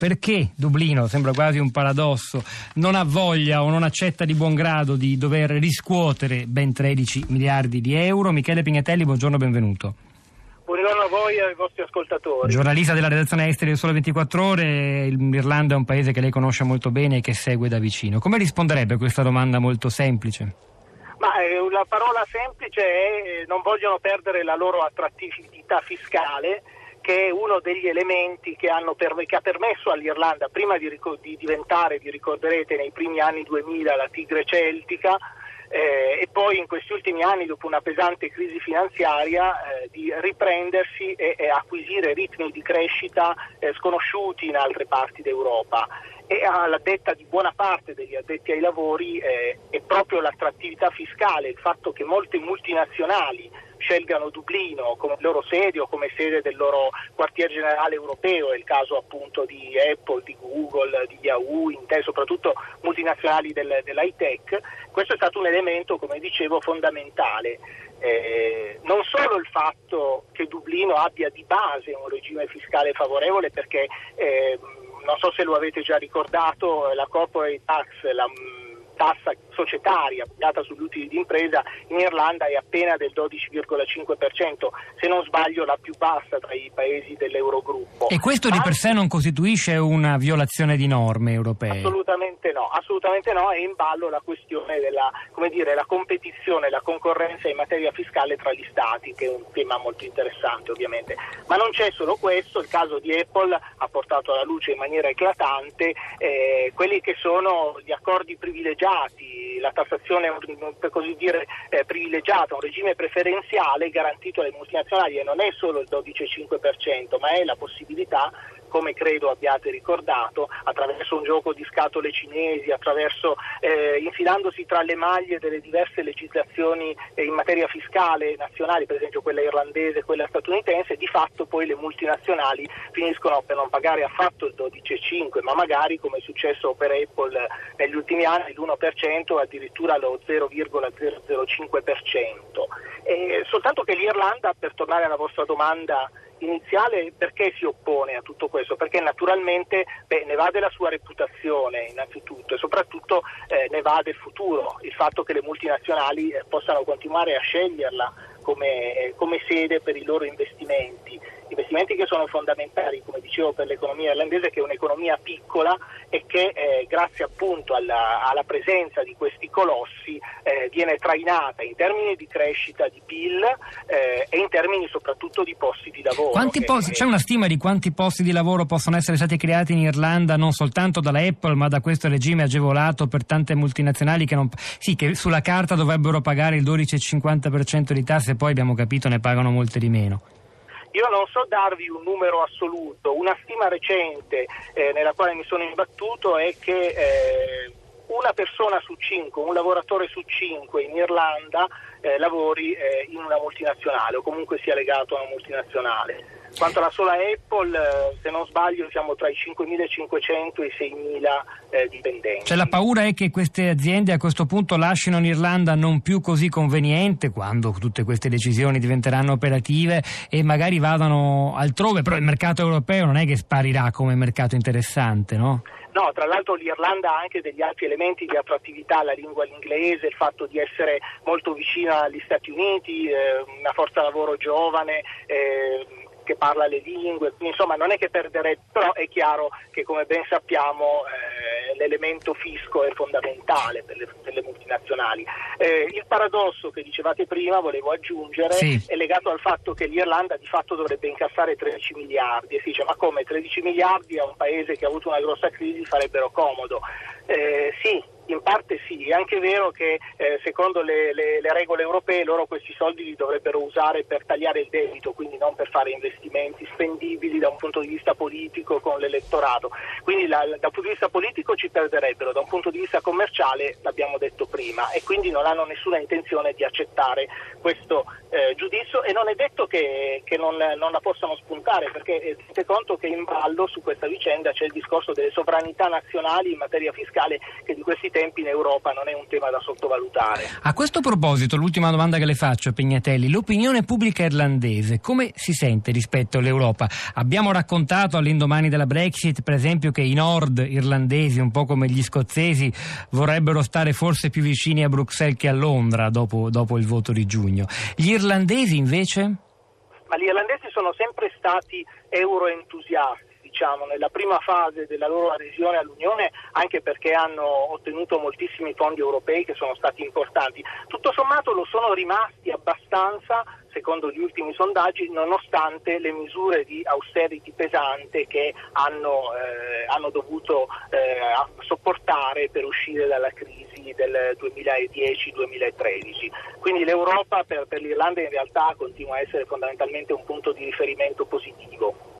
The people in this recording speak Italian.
Perché Dublino, sembra quasi un paradosso, non ha voglia o non accetta di buon grado di dover riscuotere ben 13 miliardi di euro? Michele Pignatelli, buongiorno, benvenuto. Buongiorno a voi e ai vostri ascoltatori. Giornalista della redazione esteri del Sole 24 Ore, l'Irlanda è un paese che lei conosce molto bene e che segue da vicino. Come risponderebbe a questa domanda molto semplice? La parola semplice è non vogliono perdere la loro attrattività fiscale, che è uno degli elementi che ha permesso all'Irlanda, prima di diventare, vi ricorderete, nei primi anni 2000 la tigre celtica, e poi in questi ultimi anni, dopo una pesante crisi finanziaria, di riprendersi e acquisire ritmi di crescita sconosciuti in altre parti d'Europa. E alla detta di buona parte degli addetti ai lavori è proprio l'attrattività fiscale, il fatto che molte multinazionali scelgano Dublino come loro sede o come sede del loro quartier generale europeo. È il caso appunto di Apple, di Google, di Yahoo, soprattutto multinazionali dell'high tech. Questo è stato un elemento, come dicevo, fondamentale. Non solo il fatto che Dublino abbia di base un regime fiscale favorevole, perché non so se lo avete già ricordato, la corporate tax, la tassa societaria applicata sugli utili di impresa in Irlanda è appena del 12,5%, se non sbaglio la più bassa tra i paesi dell'Eurogruppo. E questo di per sé non costituisce una violazione di norme europee? Assolutamente no, è in ballo la questione della, la competizione, la concorrenza in materia fiscale tra gli stati, che è un tema molto interessante ovviamente. Ma non c'è solo questo, il caso di Apple ha portato alla luce in maniera eclatante quelli che sono gli accordi privilegiati, la tassazione per così dire privilegiata, un regime preferenziale garantito alle multinazionali, e non è solo il 12,5%, ma è la possibilità, come credo abbiate ricordato, attraverso un gioco di scatole cinesi, attraverso infilandosi tra le maglie delle diverse legislazioni in materia fiscale nazionali, per esempio quella irlandese e quella statunitense, di fatto poi le multinazionali finiscono per non pagare affatto il 12,5%, ma magari, come è successo per Apple negli ultimi anni, l'1%, addirittura lo 0,005%. Soltanto che l'Irlanda, per tornare alla vostra domanda iniziale, perché si oppone a tutto questo? Perché naturalmente ne va della sua reputazione innanzitutto, e soprattutto ne va del futuro, il fatto che le multinazionali possano continuare a sceglierla come sede per i loro investimenti che sono fondamentali, come dicevo, per l'economia irlandese, che è un'economia piccola e che grazie appunto alla presenza di questi colossi viene trainata in termini di crescita di PIL e in termini soprattutto di posti di lavoro. C'è una stima di quanti posti di lavoro possono essere stati creati in Irlanda non soltanto dalla Apple, ma da questo regime agevolato per tante multinazionali che sulla carta dovrebbero pagare il 12,50% di tasse, poi abbiamo capito ne pagano molte di meno? Io non so darvi un numero assoluto, una stima recente nella quale mi sono imbattuto è che una persona su 5, un lavoratore su 5 in Irlanda lavori in una multinazionale o comunque sia legato a una multinazionale. Quanto alla sola Apple, se non sbaglio, siamo tra i 5.500 e i 6.000 dipendenti. Cioè la paura è che queste aziende a questo punto lasciano l'Irlanda non più così conveniente quando tutte queste decisioni diventeranno operative e magari vadano altrove, però il mercato europeo non è che sparirà come mercato interessante, no? No, tra l'altro l'Irlanda ha anche degli altri elementi di attrattività, la lingua inglese, il fatto di essere molto vicina agli Stati Uniti, una forza lavoro giovane, che parla le lingue, quindi insomma non è che perderebbe, però è chiaro che, come ben sappiamo, l'elemento fisco è fondamentale per le multinazionali. Il paradosso che dicevate prima, volevo aggiungere, sì, è legato al fatto che l'Irlanda di fatto dovrebbe incassare 13 miliardi e si dice: ma come 13 miliardi a un paese che ha avuto una grossa crisi farebbero comodo? Sì, in parte sì, è anche vero che secondo le regole europee loro questi soldi li dovrebbero usare per tagliare il debito, quindi non per fare investimenti spendibili da un punto di vista politico con l'elettorato, quindi da un punto di vista politico ci perderebbero, da un punto di vista commerciale l'abbiamo detto prima, e quindi non hanno nessuna intenzione di accettare questo giudizio, e non è detto che non la possano spuntare, perché tenete conto che in ballo su questa vicenda c'è il discorso delle sovranità nazionali in materia fiscale, che di questi temi tempi in Europa non è un tema da sottovalutare. A questo proposito, l'ultima domanda che le faccio, Pignatelli, l'opinione pubblica irlandese come si sente rispetto all'Europa? Abbiamo raccontato all'indomani della Brexit, per esempio, che i nord irlandesi, un po' come gli scozzesi, vorrebbero stare forse più vicini a Bruxelles che a Londra dopo il voto di giugno. Gli irlandesi invece? Ma gli irlandesi sono sempre stati euroentusiasti, diciamo, nella prima fase della loro adesione all'Unione, anche perché hanno ottenuto moltissimi fondi europei che sono stati importanti. Tutto sommato lo sono rimasti abbastanza, secondo gli ultimi sondaggi, nonostante le misure di austerity pesante che hanno dovuto sopportare per uscire dalla crisi del 2010-2013. Quindi l'Europa per l'Irlanda in realtà continua a essere fondamentalmente un punto di riferimento positivo.